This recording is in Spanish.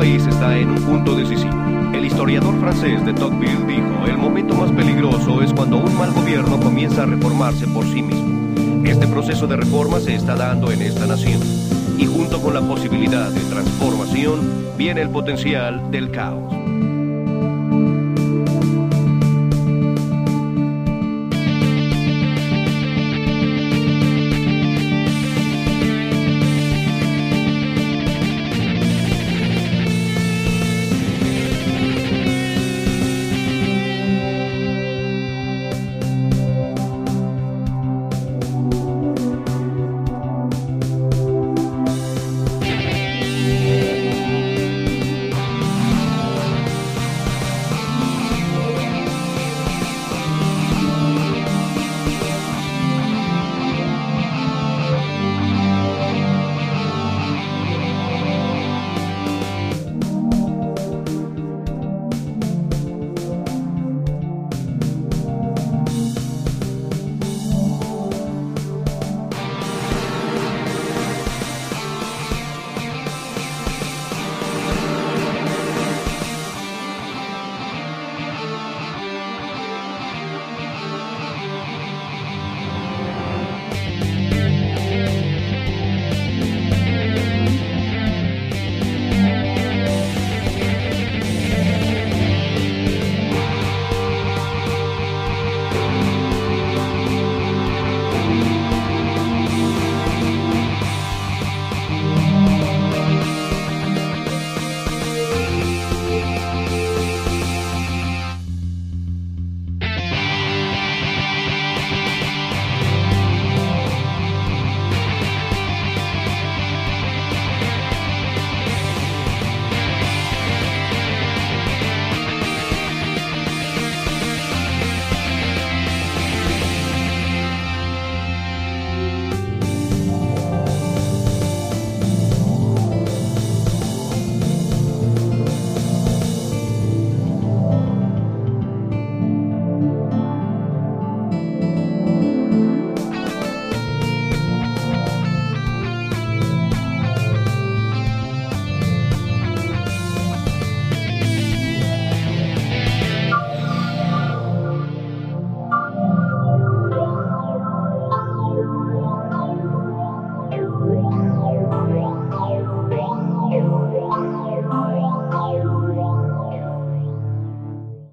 país está en un punto decisivo. El historiador francés de Tocqueville dijo: el momento más peligroso es cuando un mal gobierno comienza a reformarse por sí mismo. Este proceso de reforma se está dando en esta nación. Y junto con la posibilidad de transformación, viene el potencial del caos.